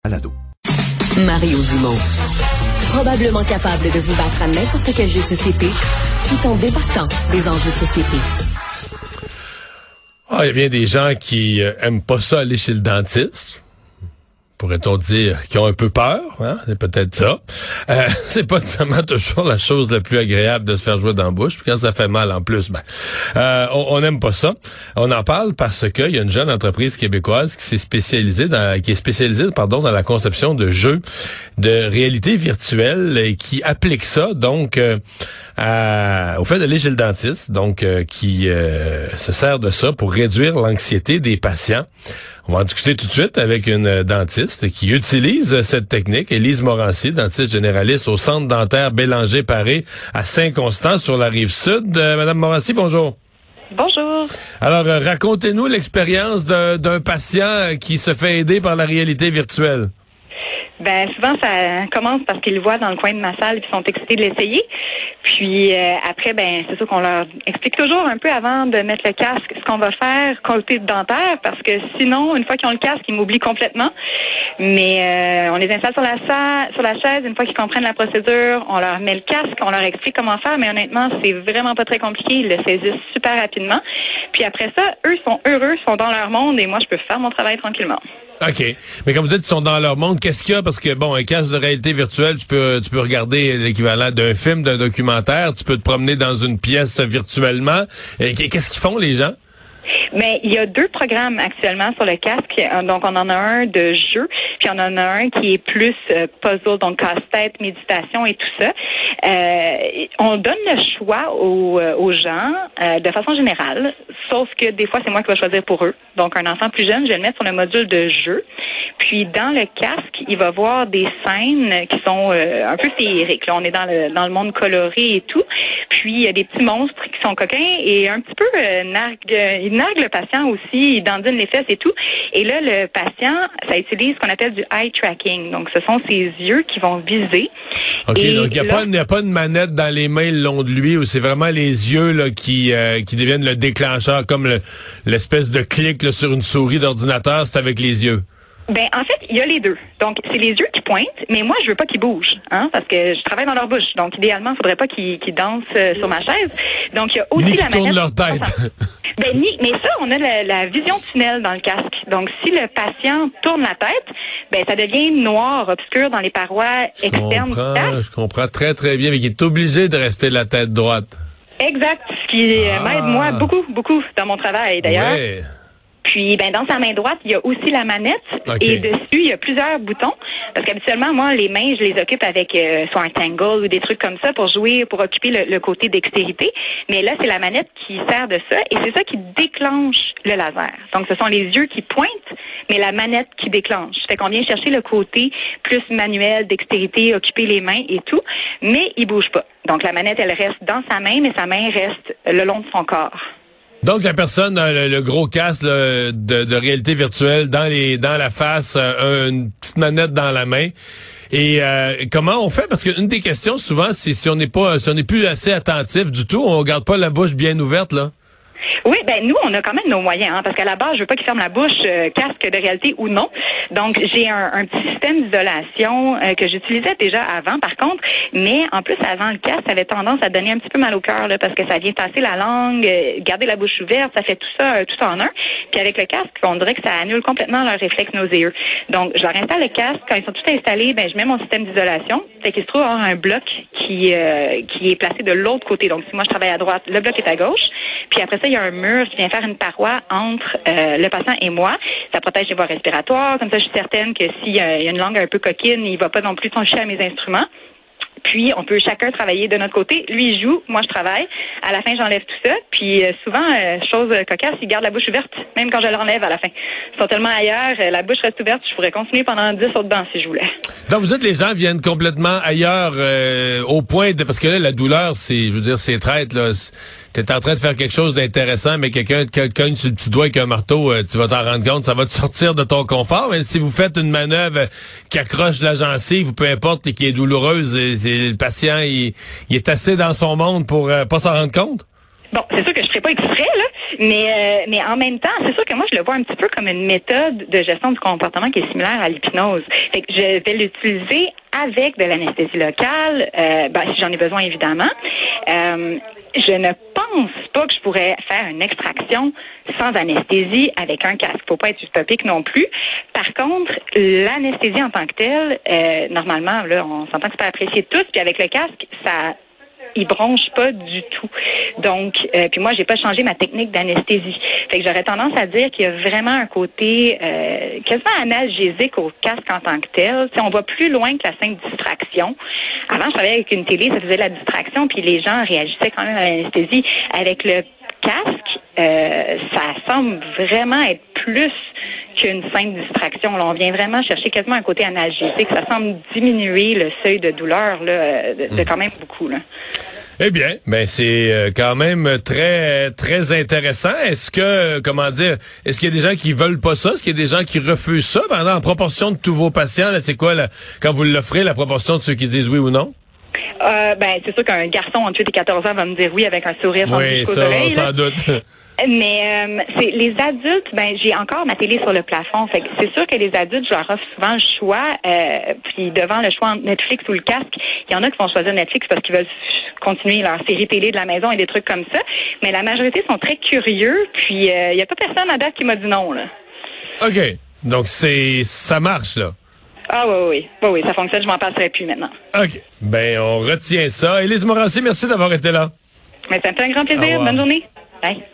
Balado. Mario Dumont. Probablement capable de vous battre à n'importe quel jeu de société, tout en débattant des enjeux de société. Il y a bien des gens qui aiment pas ça aller chez le dentiste. Pourrait-on dire qui ont un peu peur, hein? C'est peut-être ça. C'est pas nécessairement toujours la chose la plus agréable de se faire jouer dans la bouche. Puis quand ça fait mal en plus, on n'aime pas ça. On en parle parce qu'il y a une jeune entreprise québécoise qui est spécialisée dans la conception de jeux de réalité virtuelle et qui applique ça donc au fait d'aller chez le dentiste, donc qui se sert de ça pour réduire l'anxiété des patients. On va en discuter tout de suite avec une dentiste qui utilise cette technique, Élise Morancy, dentiste généraliste au Centre dentaire Bélanger-Paré à Saint-Constant sur la Rive-Sud. Madame Morancy, bonjour. Bonjour. Alors, racontez-nous l'expérience d'un patient qui se fait aider par la réalité virtuelle. Ben souvent ça commence parce qu'ils le voient dans le coin de ma salle et ils sont excités de l'essayer. Puis après, c'est sûr qu'on leur explique toujours un peu avant de mettre le casque ce qu'on va faire côté dentaire, parce que sinon, une fois qu'ils ont le casque, ils m'oublient complètement. Mais on les installe sur la chaise, une fois qu'ils comprennent la procédure, on leur met le casque, on leur explique comment faire, mais honnêtement, c'est vraiment pas très compliqué, ils le saisissent super rapidement. Puis après ça, eux sont heureux, sont dans leur monde et moi je peux faire mon travail tranquillement. OK. Mais comme vous dites, ils sont dans leur monde. Qu'est-ce qu'il y a? Parce que, un casque de réalité virtuelle, tu peux regarder l'équivalent d'un film, d'un documentaire. Tu peux te promener dans une pièce virtuellement. Qu'est-ce qu'ils font, les gens? Mais il y a 2 programmes actuellement sur le casque. Donc, on en a un de jeu, puis on en a un qui est plus puzzle, donc casse-tête, méditation et tout ça. On donne le choix aux gens de façon générale, sauf que des fois, c'est moi qui vais choisir pour eux. Donc, un enfant plus jeune, je vais le mettre sur le module de jeu. Puis, dans le casque, il va voir des scènes qui sont un peu féeriques. Là, on est dans le monde coloré et tout. Puis, il y a des petits monstres qui sont coquins et un petit peu il nargue le patient aussi, il dandine les fesses et tout. Et là, le patient, ça utilise ce qu'on appelle du eye tracking. Donc, ce sont ses yeux qui vont viser. OK, et donc il n'y a pas de manette dans les mains le long de lui, où c'est vraiment les yeux là qui deviennent le déclencheur, comme l'espèce de clic là, sur une souris d'ordinateur, c'est avec les yeux. En fait, il y a les deux. Donc, c'est les yeux qui pointent, mais moi, je veux pas qu'ils bougent, parce que je travaille dans leur bouche. Donc, idéalement, il faudrait pas qu'ils dansent sur ma chaise. Donc, il y a aussi la manette. Tournent leur tête. Mais ça, on a la vision tunnel dans le casque. Donc, si le patient tourne la tête, ça devient noir, obscur dans les parois externes du casque. Je comprends très, très bien, mais qu'il est obligé de rester la tête droite. Exact. Ce qui m'aide, moi, beaucoup, beaucoup dans mon travail, d'ailleurs. Ouais. Puis, dans sa main droite, il y a aussi la manette. Okay. Et dessus, il y a plusieurs boutons. Parce qu'habituellement, moi, les mains, je les occupe avec soit un tangle ou des trucs comme ça pour occuper le côté dextérité. Mais là, c'est la manette qui sert de ça. Et c'est ça qui déclenche le laser. Donc, ce sont les yeux qui pointent, mais la manette qui déclenche. Fait qu'on vient chercher le côté plus manuel, dextérité, occuper les mains et tout. Mais il bouge pas. Donc, la manette, elle reste dans sa main, mais sa main reste le long de son corps. Donc, la personne a le gros casque là, de réalité virtuelle dans la face, une petite manette dans la main. Et comment on fait? Parce qu'une des questions, souvent, c'est si on n'est plus assez attentif du tout, on garde pas la bouche bien ouverte, là. Oui, nous, on a quand même nos moyens, parce qu'à la base, je veux pas qu'ils ferment la bouche, casque de réalité ou non. Donc, j'ai un petit système d'isolation que j'utilisais déjà avant, par contre, mais en plus, avant le casque, ça avait tendance à donner un petit peu mal au cœur, là, parce que ça vient tasser la langue, garder la bouche ouverte, ça fait tout ça en un. Puis avec le casque, on dirait que ça annule complètement leur réflexe nauséeux. Donc, je leur installe le casque. Quand ils sont tous installés, je mets mon système d'isolation. Fait qu'il se trouve avoir un bloc qui est placé de l'autre côté. Donc, si moi, je travaille à droite, le bloc est à gauche. Puis après ça, il y a un mur qui vient faire une paroi entre le patient et moi. Ça protège les voies respiratoires. Comme ça, je suis certaine que s'il y a une langue un peu coquine, il va pas non plus toucher à mes instruments. Puis, on peut chacun travailler de notre côté. Lui, il joue, moi, je travaille. À la fin, j'enlève tout ça. Puis, souvent, chose cocasse, il garde la bouche ouverte, même quand je l'enlève à la fin. Ils sont tellement ailleurs, la bouche reste ouverte, je pourrais continuer pendant 10 autres dents si je voulais. Donc, vous dites les gens viennent complètement ailleurs, au point de... Parce que là, la douleur, c'est traître, là. T'es en train de faire quelque chose d'intéressant, mais quelqu'un te cogne sur le petit doigt avec un marteau, tu vas t'en rendre compte, ça va te sortir de ton confort. Mais si vous faites une manœuvre qui accroche la gencive, ou peu importe, et qui est douloureuse, le patient, il est assez dans son monde pour pas s'en rendre compte? Bon, c'est sûr que je ne ferai pas exprès, là, mais en même temps, c'est sûr que moi, je le vois un petit peu comme une méthode de gestion du comportement qui est similaire à l'hypnose. Fait que je vais l'utiliser avec de l'anesthésie locale, si j'en ai besoin, évidemment. Je ne pense pas que je pourrais faire une extraction sans anesthésie avec un casque. Faut pas être utopique non plus. Par contre, l'anesthésie en tant que telle, normalement, là, on s'entend que c'est pas apprécié tous, puis avec le casque, il bronche pas du tout. Donc, puis moi, j'ai pas changé ma technique d'anesthésie. Fait que j'aurais tendance à dire qu'il y a vraiment un côté quasiment analgésique au casque en tant que tel. T'sais, on va plus loin que la simple distraction. Avant, je travaillais avec une télé, ça faisait de la distraction, puis les gens réagissaient quand même à l'anesthésie. Avec le casque, ça semble vraiment être plus qu'une simple distraction. Là, on vient vraiment chercher quasiment un côté analgésique. Ça semble diminuer le seuil de douleur là, de quand même beaucoup. Là. Eh bien, c'est quand même très très intéressant. Est-ce que, est-ce qu'il y a des gens qui veulent pas ça? Est-ce qu'il y a des gens qui refusent ça? En proportion de tous vos patients, là, c'est quoi, quand vous l'offrez, la proportion de ceux qui disent oui ou non? C'est sûr qu'un garçon entre 8 et 14 ans va me dire oui avec un sourire jusqu'aux oreilles. Oui, sans doute. Mais c'est les adultes, j'ai encore ma télé sur le plafond. Fait que c'est sûr que les adultes, je leur offre souvent le choix. Puis devant le choix entre Netflix ou le casque, il y en a qui vont choisir Netflix parce qu'ils veulent continuer leur série télé de la maison et des trucs comme ça. Mais la majorité sont très curieux. Puis il y a pas personne à date qui m'a dit non là. OK. Donc ça marche là. Ah oui, ça fonctionne. Je m'en passerai plus maintenant. OK. On retient ça. Élise Morancy, merci d'avoir été là. Mais ça me fait un grand plaisir. Bonne journée. Bye.